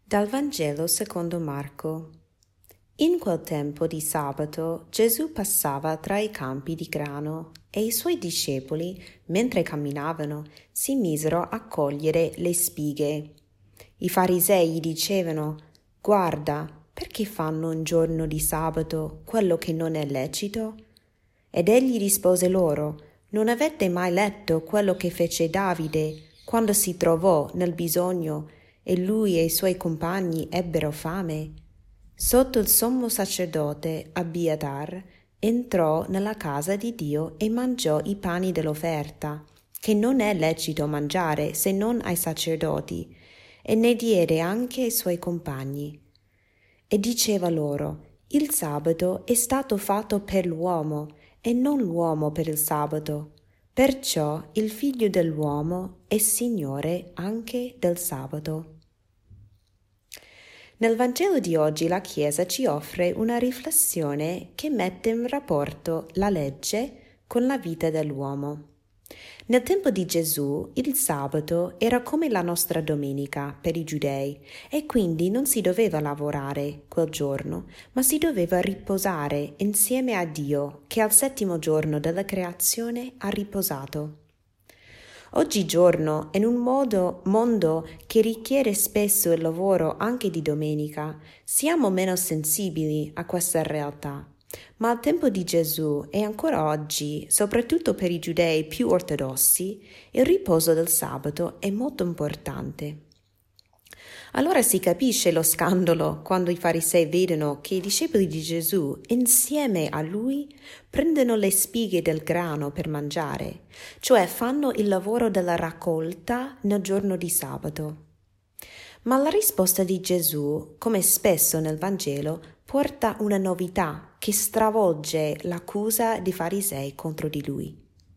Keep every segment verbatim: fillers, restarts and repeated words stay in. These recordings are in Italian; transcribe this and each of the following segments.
Dal Vangelo secondo Marco. In quel tempo di sabato Gesù passava tra i campi di grano e i suoi discepoli, mentre camminavano, si misero a cogliere le spighe. I farisei gli dicevano: «Guarda, perché fanno un giorno di sabato quello che non è lecito?» Ed egli rispose loro: «Non avete mai letto quello che fece Davide quando si trovò nel bisogno e lui e i suoi compagni ebbero fame? Sotto il sommo sacerdote Abiatar entrò nella casa di Dio e mangiò i pani dell'offerta, che non è lecito mangiare se non ai sacerdoti, e ne diede anche ai suoi compagni. E diceva loro: il sabato è stato fatto per l'uomo e non l'uomo per il sabato. Perciò il figlio dell'uomo è Signore anche del sabato». Nel Vangelo di oggi la Chiesa ci offre una riflessione che mette in rapporto la legge con la vita dell'uomo. Nel tempo di Gesù il sabato era come la nostra domenica per i giudei e quindi non si doveva lavorare quel giorno, ma si doveva riposare insieme a Dio che al settimo giorno della creazione ha riposato. Oggigiorno, in un modo, mondo che richiede spesso il lavoro anche di domenica, siamo meno sensibili a questa realtà. Ma al tempo di Gesù e ancora oggi, soprattutto per i giudei più ortodossi, il riposo del sabato è molto importante. Allora si capisce lo scandalo quando i farisei vedono che i discepoli di Gesù, insieme a lui, prendono le spighe del grano per mangiare, cioè fanno il lavoro della raccolta nel giorno di sabato. Ma la risposta di Gesù, come spesso nel Vangelo, porta una novità che stravolge l'accusa dei farisei contro di lui.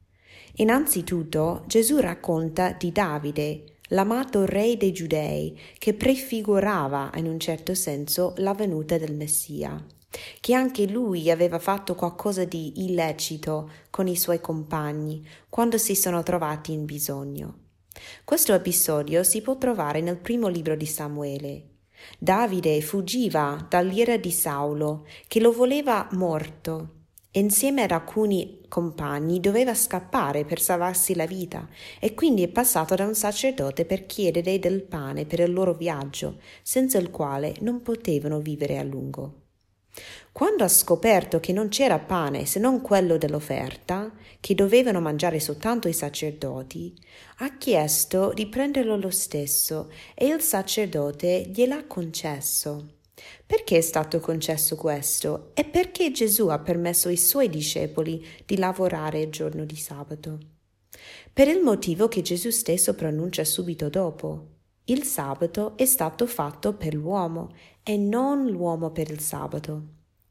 Innanzitutto, Gesù racconta di Davide, l'amato re dei Giudei, che prefigurava in un certo senso la venuta del Messia, che anche lui aveva fatto qualcosa di illecito con i suoi compagni quando si sono trovati in bisogno. Questo episodio si può trovare nel primo libro di Samuele. Davide fuggiva dall'ira di Saulo, che lo voleva morto. Insieme ad alcuni compagni doveva scappare per salvarsi la vita e quindi è passato da un sacerdote per chiedere del pane per il loro viaggio, senza il quale non potevano vivere a lungo. Quando ha scoperto che non c'era pane se non quello dell'offerta, che dovevano mangiare soltanto i sacerdoti, ha chiesto di prenderlo lo stesso e il sacerdote gliel'ha concesso. Perché è stato concesso questo? E perché Gesù ha permesso ai suoi discepoli di lavorare il giorno di sabato? Per il motivo che Gesù stesso pronuncia subito dopo. Il sabato è stato fatto per l'uomo e non l'uomo per il sabato.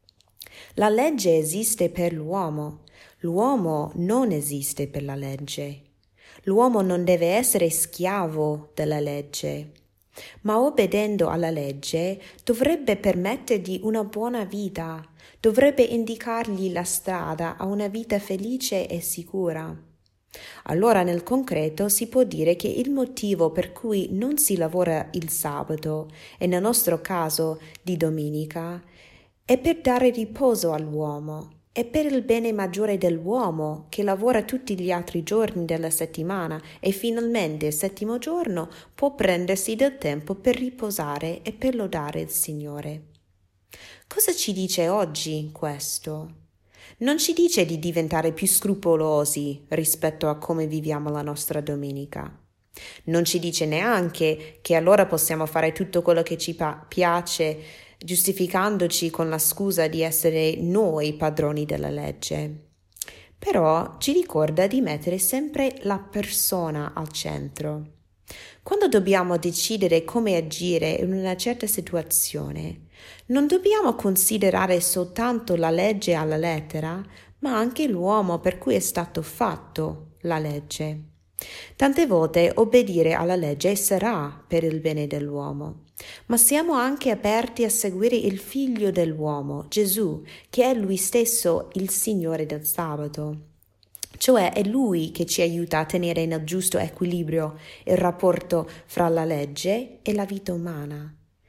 La legge esiste per l'uomo, l'uomo non esiste per la legge. L'uomo non deve essere schiavo della legge, ma obbedendo alla legge dovrebbe permettergli una buona vita, dovrebbe indicargli la strada a una vita felice e sicura. Allora nel concreto si può dire che il motivo per cui non si lavora il sabato, e nel nostro caso di domenica, è per dare riposo all'uomo. È per il bene maggiore dell'uomo che lavora tutti gli altri giorni della settimana e finalmente il settimo giorno può prendersi del tempo per riposare e per lodare il Signore. Cosa ci dice oggi questo? Non ci dice di diventare più scrupolosi rispetto a come viviamo la nostra domenica. Non ci dice neanche che allora possiamo fare tutto quello che ci pa- piace, giustificandoci con la scusa di essere noi padroni della legge. Però ci ricorda di mettere sempre la persona al centro. Quando dobbiamo decidere come agire in una certa situazione, non dobbiamo considerare soltanto la legge alla lettera, ma anche l'uomo per cui è stato fatto la legge. Tante volte obbedire alla legge sarà per il bene dell'uomo, ma siamo anche aperti a seguire il Figlio dell'uomo, Gesù, che è Lui stesso il Signore del sabato. Cioè è Lui che ci aiuta a tenere nel giusto equilibrio il rapporto fra la legge e la vita umana.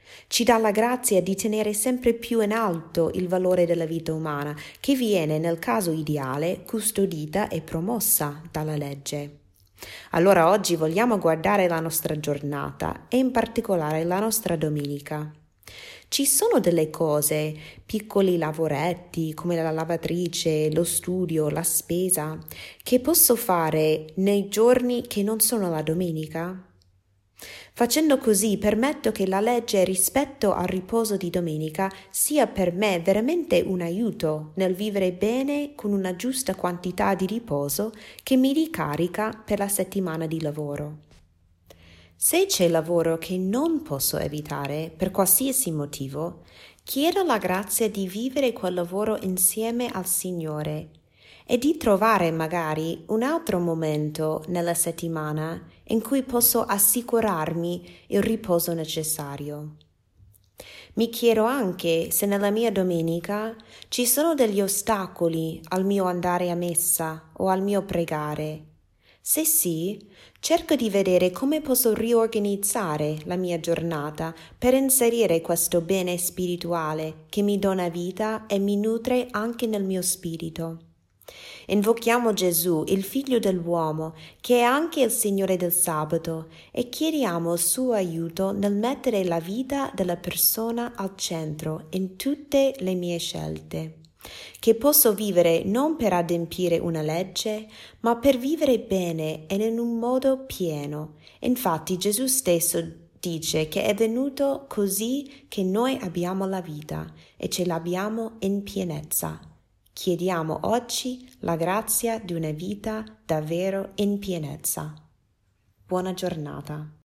Ci dà la grazia di tenere sempre più in alto il valore della vita umana, che viene, nel caso ideale, custodita e promossa dalla legge. Allora oggi vogliamo guardare la nostra giornata e in particolare la nostra domenica. Ci sono delle cose, piccoli lavoretti come la lavatrice, lo studio, la spesa, che posso fare nei giorni che non sono la domenica? Facendo così permetto che la legge rispetto al riposo di domenica sia per me veramente un aiuto nel vivere bene con una giusta quantità di riposo che mi ricarica per la settimana di lavoro. Se c'è lavoro che non posso evitare per qualsiasi motivo, chiedo la grazia di vivere quel lavoro insieme al Signore e di trovare magari un altro momento nella settimana in cui posso assicurarmi il riposo necessario. Mi chiedo anche se nella mia domenica ci sono degli ostacoli al mio andare a messa o al mio pregare. Se sì, cerco di vedere come posso riorganizzare la mia giornata per inserire questo bene spirituale che mi dona vita e mi nutre anche nel mio spirito. Invochiamo Gesù, il Figlio dell'uomo, che è anche il Signore del sabato, e chiediamo il suo aiuto nel mettere la vita della persona al centro in tutte le mie scelte. Che posso vivere non per adempiere una legge, ma per vivere bene e in un modo pieno. Infatti Gesù stesso dice che è venuto così che noi abbiamo la vita e ce l'abbiamo in pienezza. Chiediamo oggi la grazia di una vita davvero in pienezza. Buona giornata.